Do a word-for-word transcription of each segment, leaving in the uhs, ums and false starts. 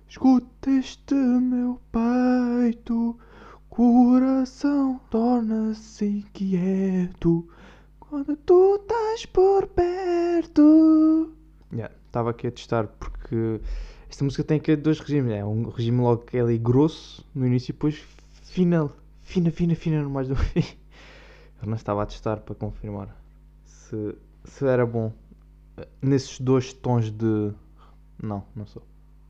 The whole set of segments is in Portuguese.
Escuta este meu peito, coração torna-se inquieto quando tu estás por perto. Yeah, estava aqui a testar porque esta música tem aqui dois regimes. É um regime logo que é ali grosso no início e depois fina, fina, fina, fina no mais do fim. Eu não estava a testar para confirmar se, se era bom nesses dois tons de. Não, não sou.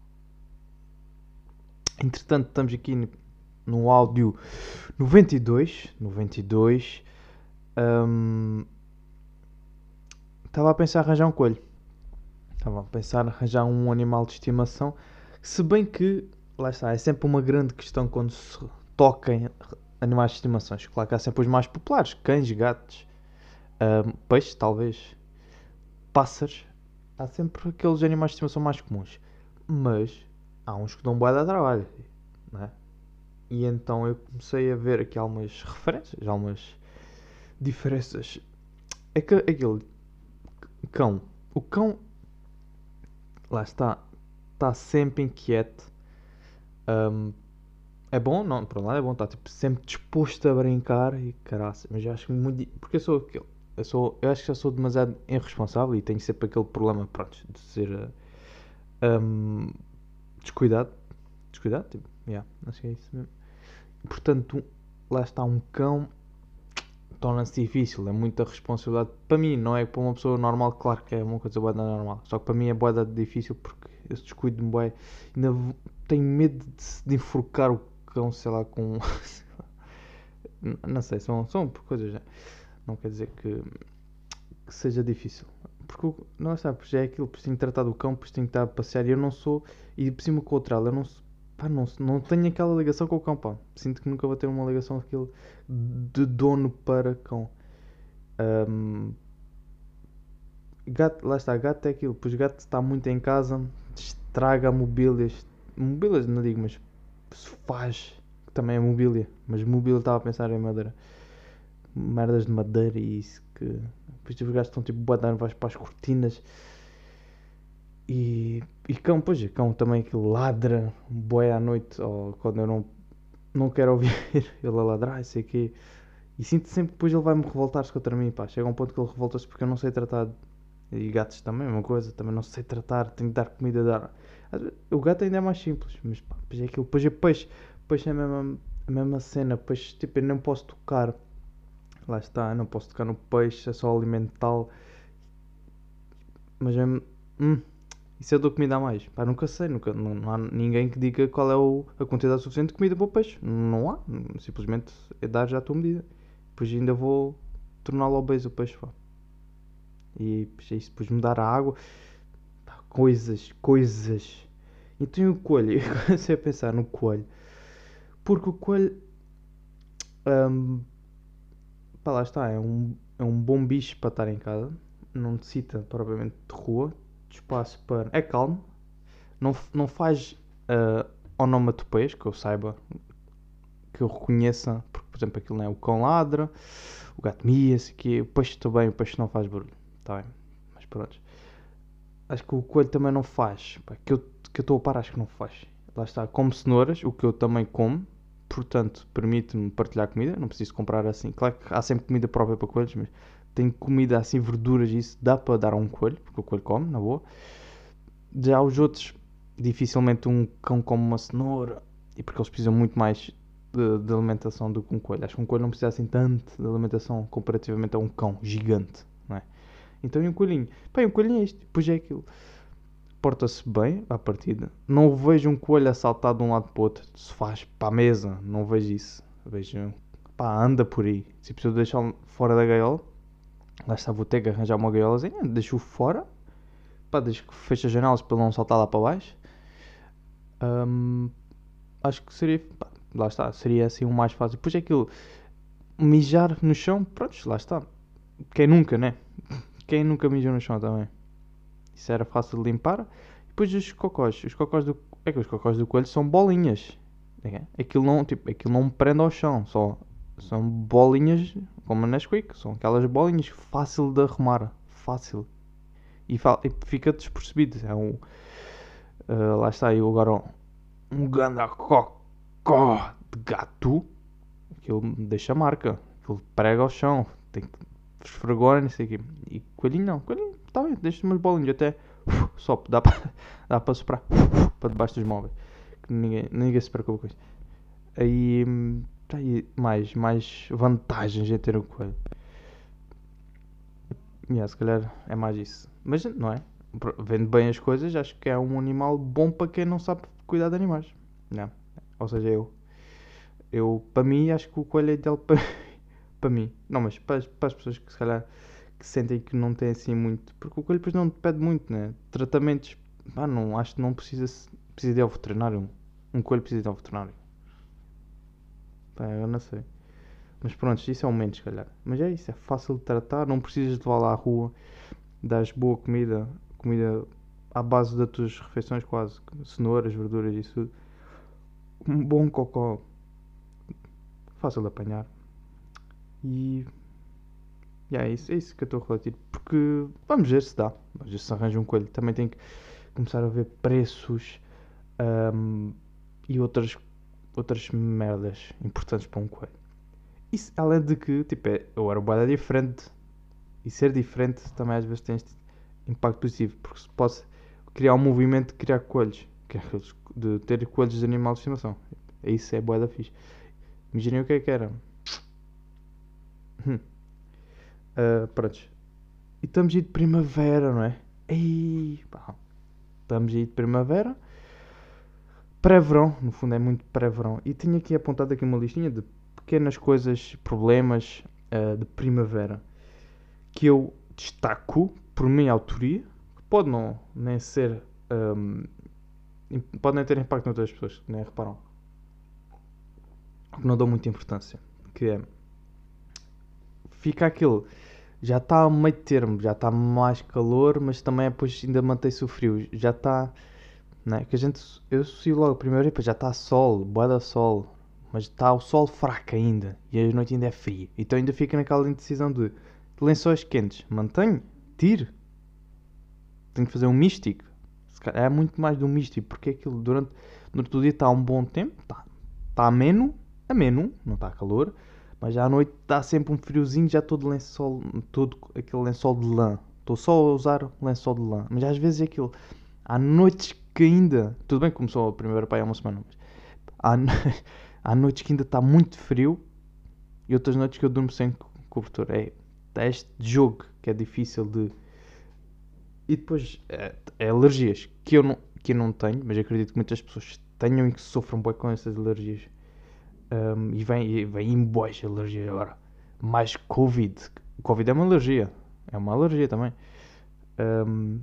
Entretanto, estamos aqui no áudio noventa e dois. noventa e dois. Hum, Estava a pensar em arranjar um coelho. Estava a pensar em arranjar um animal de estimação. Se bem que, lá está, é sempre uma grande questão quando se toca em animais de estimação. Claro que há sempre os mais populares: cães, gatos, hum, peixes, talvez, pássaros. Há sempre aqueles animais de estimação mais comuns. Mas há uns que dão bué de trabalho, não é? E então eu comecei a ver aqui algumas referências, algumas diferenças. É que aquele cão, o cão, lá está, está sempre inquieto. Um, é bom, não, por um lado é bom, está tipo, sempre disposto a brincar e caraça, mas eu acho muito. Porque eu sou aquele. Eu, sou, eu acho que já sou demasiado irresponsável e tenho sempre aquele problema, pronto, de ser uh, um, descuidado. Descuidado? Tipo, yeah, acho que é isso mesmo. Portanto, lá está um cão, torna-se difícil, é muita responsabilidade. Para mim, não é para uma pessoa normal, claro que é uma coisa boa normal. Só que para mim é boa difícil porque eu descuido-me bué. Ainda tenho medo de, de enforcar o cão, sei lá, com. Não sei, são, são coisas. Né? Não quer dizer que, que seja difícil. Porque não está, porque já é aquilo, por tenho que tratar do cão, por tenho que estar a passear e eu não sou. E por cima com o outro, eu não sou. Pá, não, não tenho aquela ligação com o cão, pá. Sinto que nunca vou ter uma ligação aquilo de dono para cão. Um, gato, lá está, gato é aquilo, pois gato está muito em casa, estraga mobílias, mobílias não digo, mas se faz, que também é mobília, mas mobília estava a pensar em madeira, merdas de madeira e isso que, depois os gajos estão tipo boadando, vais para as cortinas e, e cão, pois é, cão também que ladra, boi à noite, ou quando eu não, não quero ouvir ele a ladrar, sei que e sinto sempre que depois ele vai-me revoltar-se contra mim, pá. Chega um ponto que ele revolta-se porque eu não sei tratar. E gatos também, é uma coisa, também não sei tratar, tenho que dar comida, dar. O gato ainda é mais simples, mas pá, depois é aquilo, depois é peixe, peixe é a mesma, a mesma cena, peixe, tipo, eu não posso tocar, lá está, eu não posso tocar no peixe, é só alimentá-lo, mas é, hum, isso eu dou comida a mais, pá, nunca sei, nunca, não, não há ninguém que diga qual é o, a quantidade suficiente de comida para o peixe, não há, simplesmente é dar já a tua medida. Depois ainda vou torná-lo obeso o peixe, pá. E depois, é isso, depois mudar a água. Pá, coisas, coisas. Então o coelho, eu comecei a pensar no coelho. Porque o coelho, hum, pá, lá está, é um, é um bom bicho para estar em casa. Não necessita propriamente de rua, de espaço para. É calmo, não, não faz uh, onomatopeias, que eu saiba, que eu reconheça, porque por exemplo aquilo não é o cão ladra, o gato mia-se, que o peixe também, o peixe não faz barulho, tá bem, mas pronto. Acho que o coelho também não faz, pá, que eu que eu estou a par acho que não faz. Lá está, come cenouras, o que eu também como, portanto permite-me partilhar comida, não preciso comprar assim. Claro que há sempre comida própria para coelhos, mas tenho comida assim, verduras e isso dá para dar a um coelho, porque o coelho come, na boa. Já os outros, dificilmente um cão come uma cenoura, e porque eles precisam muito mais de, de alimentação do que um coelho. Acho que um coelho não precisa assim tanto de alimentação comparativamente a um cão gigante, não é? Então e um coelhinho? Pá, um coelhinho é isto, depois é aquilo. Porta-se bem à partida. Não vejo um coelho a saltar de um lado para o outro, se faz para a mesa, não vejo isso. Vejo, pá, anda por aí. Se preciso deixá-lo fora da gaiola, lá está, vou ter que arranjar uma gaiolazinha, deixo-o fora, pá, deixo que feche as janelas para ele não saltar lá para baixo. Hum, acho que seria, pá, lá está, seria assim o mais fácil. Depois é aquilo, mijar no chão, pronto, lá está. Quem nunca, né? Quem nunca mijou no chão também? Isso era fácil de limpar. E depois os cocós. Os cocós do... É que os cocós do coelho são bolinhas. É, aquilo não, tipo, aquilo não prende ao chão. Só, são bolinhas, como a Nesquik. São aquelas bolinhas fácil de arrumar. Fácil. E, fa... e fica despercebido. É um... Uh, lá está, eu agora um ganda cocó de gato, aquilo deixa marca, aquilo prega ao chão, tem que esfregor, não sei o quê. E coelhinho não, coelhinho, está bem, deixa umas bolinhas, até uh, sopro, dá para dá para soprar uh, para debaixo dos móveis, que ninguém, ninguém se preocupa com isso. Aí, tá aí mais, mais vantagens em ter um coelho. Yeah, se calhar é mais isso. Mas não é? Vendo bem as coisas, acho que é um animal bom para quem não sabe cuidar de animais. Não. Ou seja, eu. Eu, para mim, acho que o coelho é ideal para, para mim. Não, mas para, as- para as pessoas que se calhar que sentem que não têm assim muito. Porque o coelho depois não te pede muito, né? Tratamentos. Pá, não, acho que não precisa, precisa de ir ao veterinário. Um coelho precisa de ir ao veterinário. Pá, eu não sei. Mas pronto, isso é um menos, se calhar. Mas é isso, é fácil de tratar, não precisas de levar lá à rua, dás boa comida, comida à base das tuas refeições quase, cenouras, verduras, isso tudo. Um bom cocó, fácil de apanhar. E, e é isso, é isso que eu estou a refletir. Porque vamos ver se dá, vamos ver se arranja um coelho. Também tem que começar a ver preços ahm, e outras, outras merdas importantes para um coelho. Isso, além de que, tipo, é, eu era boeda diferente. E ser diferente também às vezes tem este impacto positivo, porque se posso criar um movimento de criar coelhos, que é de ter coelhos de animal de estimação. É isso, é boa da fixe. Imaginem o que é que era. Hum. Uh, prontos. E estamos aí de primavera, não é? Ei, pá. Estamos aí de primavera. Pré-verão, no fundo é muito pré-verão. E tinha aqui apontado aqui uma listinha de pequenas coisas, problemas uh, de primavera que eu destaco por minha autoria, que pode não nem ser. Um, pode nem ter impacto noutras pessoas, nem reparam. Que não dou muita importância. Que é. Fica aquele. Já está a meio termo, já está mais calor, mas também depois ainda mantém-se o frio. Já está. Né? Que a gente. Eu associo logo primeiro, já está sol, boa da sol. Mas está o sol fraco ainda. E a noite ainda é fria. Então ainda fica naquela indecisão de lençóis quentes. Mantenho? Tire? Tenho que fazer um místico? É muito mais do místico. Porque aquilo durante, durante o dia está um bom tempo. Está tá ameno. Ameno. Não está calor. Mas já à noite está sempre um friozinho. Já todo lençol. Todo aquele lençol de lã. Estou só a usar lençol de lã. Mas às vezes é aquilo. Há noites que ainda. Tudo bem que começou a primeira para aí há uma semana. Mas há, há noites que ainda está muito frio. E outras noites que eu durmo sem cobertor. É, é este jogo que é difícil de. E depois é, é alergias que eu, não, que eu não tenho, mas acredito que muitas pessoas tenham e que sofram bem com essas alergias. Um, e vem, e vem em boas alergias agora. Mais Covid. Covid é uma alergia. É uma alergia também. Um,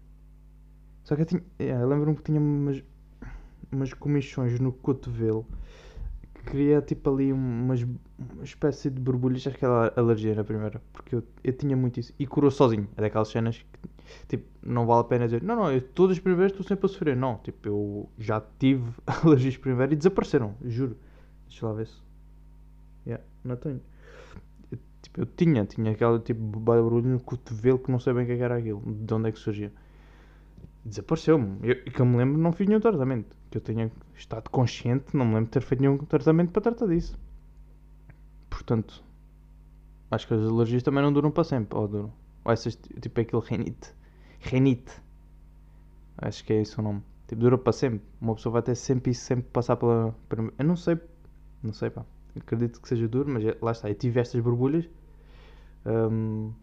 só que eu, tinha, é, eu lembro-me que tinha umas, umas comichões no cotovelo que queria tipo ali umas, uma espécie de borbulhas. Acho que era alergia na primeira, porque eu, eu tinha muito isso. E curou sozinho. É daquelas cenas que tipo, não vale a pena dizer, não, não, eu todas as primárias estou sempre a sofrer. Não, tipo, eu já tive alergias primárias e desapareceram, juro. Deixa lá ver se. Yeah, não tenho. Eu, tipo, eu tinha, tinha aquele tipo de barulho no cotovelo que não sei bem o que era aquilo, de onde é que surgia. Desapareceu-me. Eu, que eu me lembro, não fiz nenhum tratamento. Que eu tenha estado consciente, não me lembro de ter feito nenhum tratamento para tratar disso. Portanto, acho que as alergias também não duram para sempre. Ou duram. Ou essas, tipo aquele renite. Renite. Acho que é esse o nome. Tipo, dura para sempre. Uma pessoa vai ter sempre isso, sempre passar pela. Eu não sei, não sei, pá. Acredito que seja duro, mas lá está. Eu tive estas borbulhas. hum,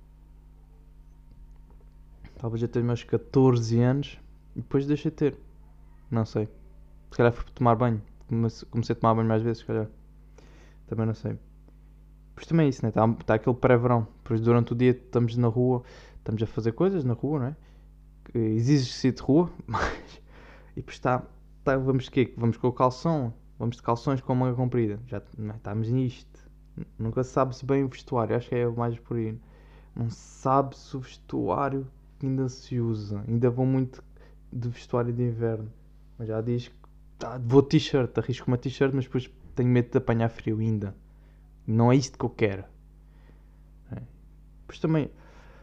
talvez até os meus catorze anos. E depois deixei de ter. Não sei. Se calhar fui tomar banho. Comecei a tomar banho mais vezes, se calhar. Também não sei. Pois também é isso, né? Está tá aquele pré-verão. Depois durante o dia estamos na rua. Estamos a fazer coisas na rua, não é? Exige-se de rua, mas. E depois está. Tá, vamos de quê? Vamos com o calção. Vamos de calções com a manga comprida. Já não é? Estamos nisto. Nunca sabe-se bem o vestuário. Acho que é o mais por aí. Não sabe-se o vestuário que ainda se usa. Ainda vou muito de vestuário de inverno. Mas já diz que tá, vou de t-shirt. Arrisco uma t-shirt, mas depois tenho medo de apanhar frio ainda. Não é isto que eu quero. É. Depois também.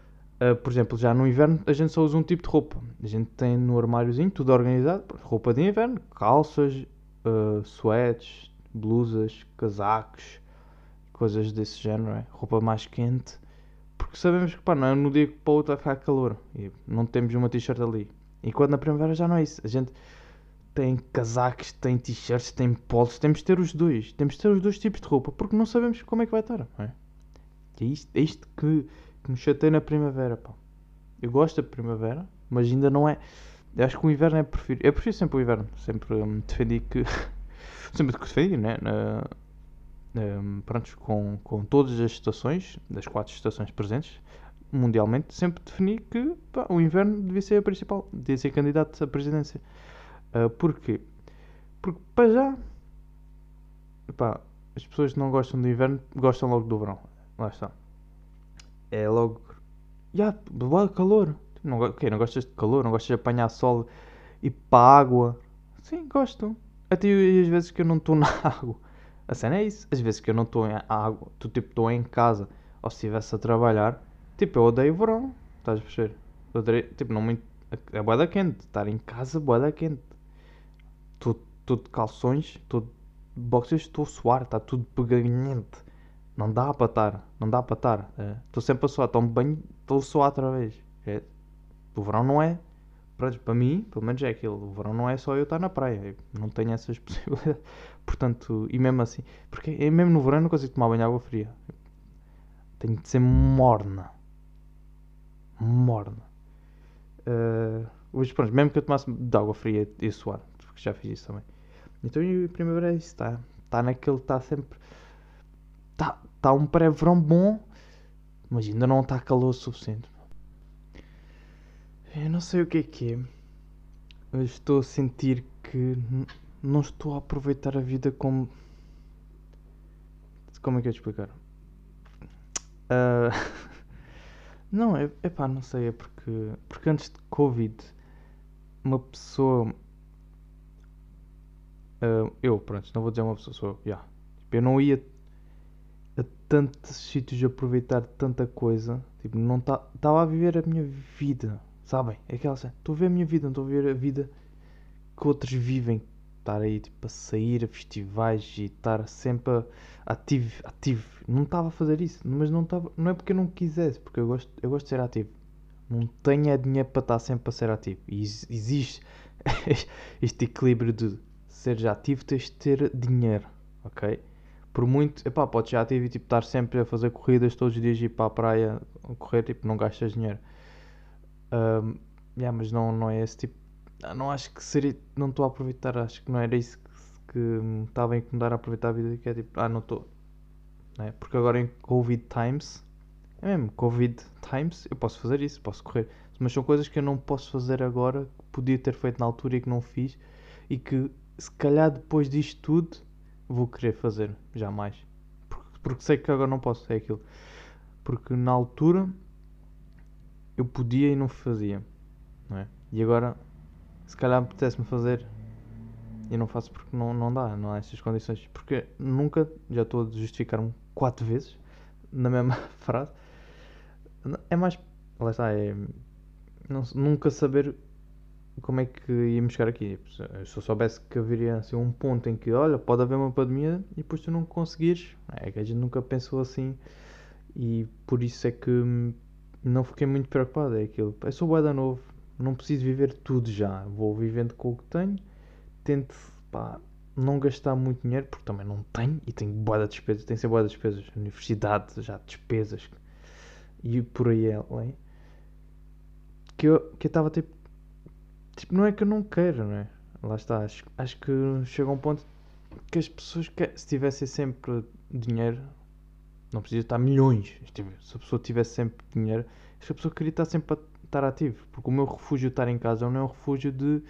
Uh, por exemplo, já no inverno a gente só usa um tipo de roupa. A gente tem no armáriozinho tudo organizado. Roupa de inverno, calças, uh, suetes, blusas, casacos, coisas desse género, é? Roupa mais quente. Porque sabemos que pá, não é no dia que para o outro vai ficar calor. E não temos uma t-shirt ali. Enquanto na primavera já não é isso. A gente tem casacos, tem t-shirts, tem polos. Temos de ter os dois. Temos de ter os dois tipos de roupa. Porque não sabemos como é que vai estar. Não é? É isto, é isto que, que me chateia na primavera, pá. Eu gosto da primavera, mas ainda não é. Eu acho que o inverno é prefiro. Eu prefiro sempre o inverno. Sempre hum, defendi que. sempre que defendi, né? Na, hum, pronto, com, com todas as estações, das quatro estações presentes, mundialmente, sempre defini que pá, o inverno devia ser a principal, devia ser candidato à presidência. Uh, porquê? Porque para já, pá, as pessoas que não gostam do inverno gostam logo do verão. Lá está. É logo. Já, yeah, calor. Não, okay, não gostas de calor, não gostas de apanhar sol e ir para a água. Sim, gosto. Até as vezes que eu não estou na água. A cena é isso. As vezes que eu não estou em água, tu tipo estou em casa ou se estivesse a trabalhar, tipo eu odeio o verão. Estás a perceber? Eu odeio, tipo, não me. É boeda quente. Estar em casa, boeda quente. Estou de calções, estou de boxers, estou a suar, está tudo peganhente. Não dá para estar, não dá para estar. Estou é. sempre a suar, tomo banho, estou a suar outra vez. É. O verão não é, para, para mim, pelo menos é aquilo. O verão não é só eu estar na praia, eu não tenho essas possibilidades. Portanto, e mesmo assim, porque é mesmo no verão eu não consigo tomar banho de água fria. Tenho de ser morna. Morna. Uh, hoje, pronto, mesmo que eu tomasse de água fria, ia suar, porque já fiz isso também. Então, a primavera é isso, está tá naquele, está sempre. Está tá um pré-verão bom, mas ainda não está calor o suficiente. Eu não sei o que é que é. Eu estou a sentir que n- não estou a aproveitar a vida como. Como é que eu ia te explicar? Ah, não, é, é pá, não sei, é porque. Porque antes de Covid, uma pessoa. ah, eu, pronto, não vou dizer uma pessoa, sou eu, yeah. Tipo, eu não ia a tantos sítios aproveitar tanta coisa. Tipo, não estava tá, a viver a minha vida, sabem? É aquela cena. Estou a ver a minha vida, não estou a ver a vida que outros vivem. Estar aí tipo, a sair a festivais e estar sempre a- ativo, ativo. Não estava a fazer isso, mas não estava. Não é porque eu não quisesse, porque eu gosto, eu gosto de ser ativo. Não tenho é dinheiro para estar sempre a ser ativo. E ex- existe este equilíbrio de seres ativo, tens de ter dinheiro, ok? Por muito, epá, podes ser ativo e tipo, estar sempre a fazer corridas todos os dias e ir para a praia a correr, tipo, não gastas dinheiro. Ahm, yeah, mas não, não é esse tipo. Ah, não acho que seria. Não estou a aproveitar, acho que não era isso que, que me estava a incomodar a aproveitar a vida, que é tipo, ah, não estou. Né? Porque agora em Covid Times, é mesmo, Covid Times, eu posso fazer isso, posso correr. Mas são coisas que eu não posso fazer agora, que podia ter feito na altura e que não fiz, e que se calhar depois disto tudo vou querer fazer, jamais. Porque, porque sei que agora não posso, é aquilo. Porque na altura eu podia e não fazia, não é? E agora, se calhar apetece-me fazer e não faço porque não, não dá, não há estas condições. Porque nunca, já estou a justificar-me quatro vezes na mesma frase. É mais, lá está, é não- nunca saber como é que íamos chegar aqui. Se eu soubesse que haveria assim, um ponto em que, olha, pode haver uma pandemia e depois tu não conseguires, é que a gente nunca pensou assim e por isso é que hum, não fiquei muito preocupado. É aquilo, eu sou bué da novo, não preciso viver tudo já, vou vivendo com o que tenho, tento, pá, não gastar muito dinheiro porque também não tenho e tenho bué de despesas, tem que ser bué de despesas, universidade, já despesas e por aí além. Que eu que eu estava tipo, tipo, não é que eu não quero, não é? Lá está, acho, acho que chega a um ponto que as pessoas, que, se tivessem sempre dinheiro, não precisa estar milhões, tipo, se a pessoa tivesse sempre dinheiro, acho que a pessoa queria estar sempre a estar ativo, porque o meu refúgio de estar em casa não é um refúgio de,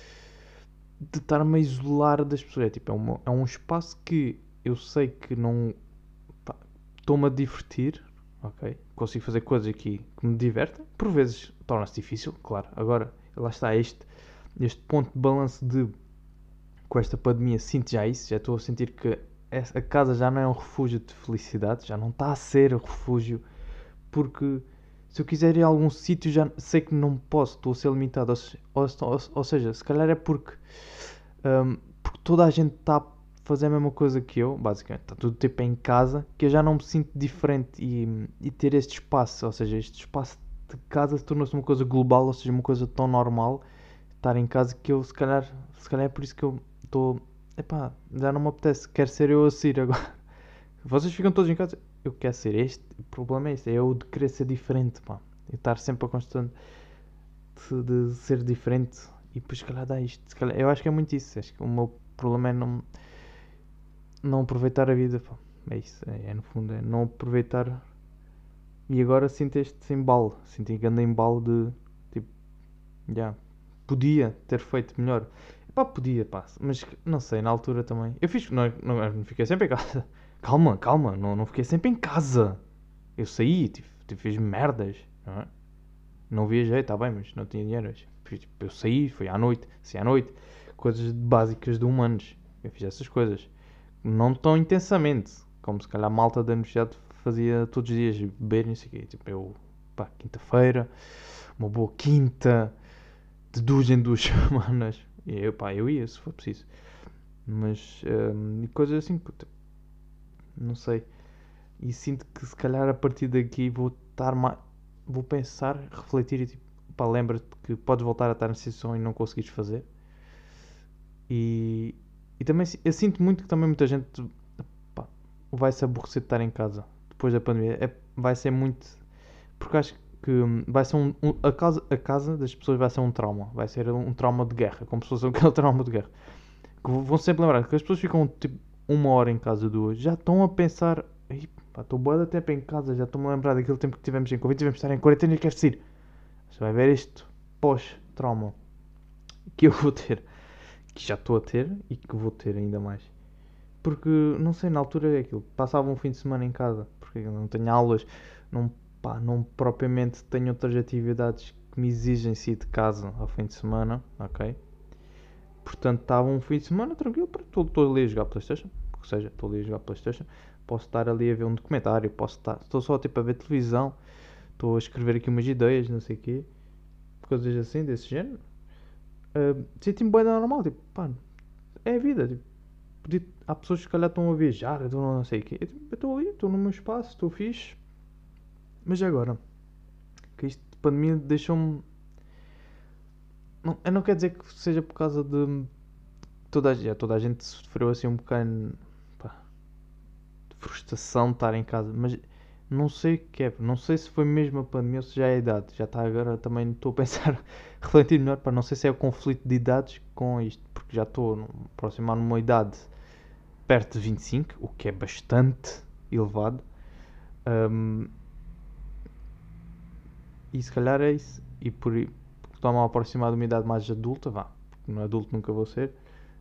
de estar-me a isolar das pessoas, é, tipo, é, uma, é um espaço que eu sei que não, pá, estou-me a divertir, ok? Consigo fazer coisas aqui que me divertem, por vezes torna-se difícil, claro, agora lá está este, este ponto de balanço de com esta pandemia sinto já isso, já estou a sentir que a casa já não é um refúgio de felicidade, já não está a ser um refúgio porque Se eu quiser ir a algum sítio, já sei que não posso, estou a ser limitado. Ou, ou, ou, ou seja, se calhar é porque, hum, porque toda a gente está a fazer a mesma coisa que eu, basicamente, está tudo tipo em casa, que eu já não me sinto diferente e, e ter este espaço, ou seja, este espaço de casa tornou-se uma coisa global, ou seja, uma coisa tão normal, estar em casa que eu, se calhar, se calhar é por isso que eu estou, epá, já não me apetece, quero ser eu a sair agora. Vocês ficam todos em casa, eu quero ser este, o problema é este, é eu de querer ser diferente, pá. Eu estar sempre a constante de, de ser diferente e depois se calhar dá isto. Se calhar, eu acho que é muito isso, acho que o meu problema é não, não aproveitar a vida, pá. É isso, é, é no fundo, é não aproveitar. E agora sinto este embalo, sinto um grande embalo de, tipo, já, yeah, podia ter feito melhor. Pá, podia, pá, mas não sei, na altura também. Eu fiz, não, não, não fiquei sempre em casa. Calma, calma, não, não fiquei sempre em casa. Eu saí, tive, tive, fiz merdas, não é? Não viajei, está bem, mas não tinha dinheiro. Fiz, tipo, eu saí, fui à noite, saí à noite, coisas básicas de humanos. Eu fiz essas coisas. Não tão intensamente, como se calhar a malta da universidade fazia todos os dias, beber, não sei o quê. Tipo, eu, pá, quinta-feira, uma boa quinta, de duas em duas semanas. E eu, pá, eu ia, se for preciso. Mas, hum, coisas assim, puta, não sei. E sinto que se calhar a partir daqui vou estar mais. Vou pensar, refletir e tipo, pá, lembra-te que podes voltar a estar na situação e não conseguires fazer. E, e também eu sinto muito que também muita gente, pá, vai se aborrecer de estar em casa depois da pandemia. É, vai ser muito. Porque acho que hum, vai ser um, um- a, casa, a casa das pessoas vai ser um trauma. Vai ser um trauma de guerra, como se fosse aquele trauma de guerra. Que vão sempre lembrar que as pessoas ficam tipo uma hora em casa, duas, já estão a pensar. Estou boa de tempo em casa, já estou-me a lembrar daquele tempo que tivemos em Covid, tivemos de estar em quarentena e queres sair. Você vai ver este pós-trauma que eu vou ter, que já estou a ter e que vou ter ainda mais. Porque, não sei, na altura é aquilo, passava um fim de semana em casa, porque eu não tenho aulas, não, pá, não propriamente tenho outras atividades que me exigem sair de casa ao fim de semana, ok? Portanto, estava um fim de semana tranquilo, estou ali a jogar Playstation, ou seja, estou ali a jogar Playstation, posso estar ali a ver um documentário, posso estar, estou só tipo a ver televisão, estou a escrever aqui umas ideias, não sei o quê, coisas assim, desse género. Uh, Senti-me bem normal, tipo, pá, é a vida, tipo, podia- há pessoas que se calhar estão a viajar, estão não sei o quê, eu estou ali, estou no meu espaço, estou fixe, mas agora, que isto de pandemia deixou-me, não, eu não quero dizer que seja por causa de toda a, já, toda a gente sofreu assim um bocado, pá, de frustração de estar em casa, mas não sei o que é, não sei se foi mesmo a pandemia ou se já é a idade, já está agora, também estou a pensar, refletir melhor, para não sei se é o conflito de idades com isto, porque já estou a aproximar numa idade perto de vinte e cinco, o que é bastante elevado, um, e se calhar é isso, e por estou-me a aproximar de uma idade mais adulta, vá, porque no adulto nunca vou ser,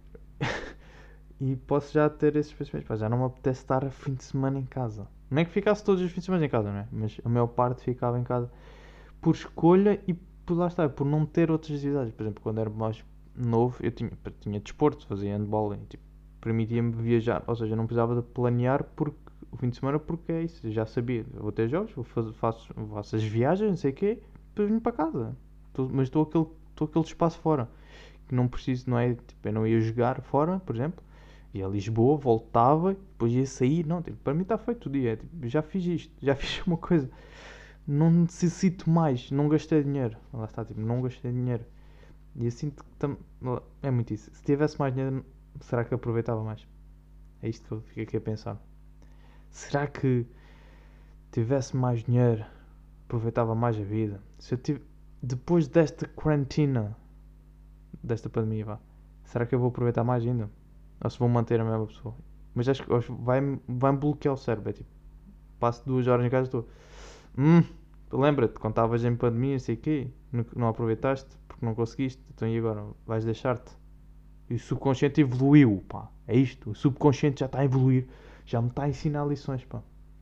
e posso já ter esses pensamentos, pá, já não me apetece estar a fim de semana em casa. Não é que ficasse todos os fins de semana em casa, não é? Mas a maior parte ficava em casa por escolha e por lá está, por não ter outras atividades. Por exemplo, quando era mais novo, eu tinha, tinha desporto, fazia handball e tipo, permitia-me viajar. Ou seja, eu não precisava de planear porque, o fim de semana porque é isso. Eu já sabia, eu vou ter jogos, vou fazer, faço, faço as viagens, não sei o quê, depois venho para casa. Tô, mas estou aquele, estou aquele espaço fora. Que não preciso, não é? Tipo, eu não ia jogar fora, por exemplo. Ia a Lisboa, voltava, depois ia sair. Não, tipo, para mim está feito o dia. Tipo, já fiz isto, já fiz uma coisa. Não necessito mais, não gastei dinheiro. Lá está, tipo, não gastei dinheiro. E eu sinto que tam... é muito isso. Se tivesse mais dinheiro, será que aproveitava mais? É isto que eu fico aqui a pensar. Será que tivesse mais dinheiro, aproveitava mais a vida? Se eu tive... Depois desta quarentena, desta pandemia, vá, será que eu vou aproveitar mais ainda? Ou se vou manter a mesma pessoa? Mas acho que vai-me vai bloquear o cérebro. É tipo, passo duas horas em casa e estou. Hum, lembra-te, quando estavas em pandemia, sei o quê, não, não aproveitaste porque não conseguiste, então e agora? Vais deixar-te? E o subconsciente evoluiu, pá. É isto, o subconsciente já está a evoluir, já me está a ensinar lições, pá.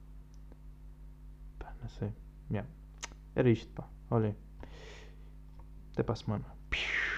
Pá, não sei. Yeah. Era isto, pá. Olhem. Até para a semana.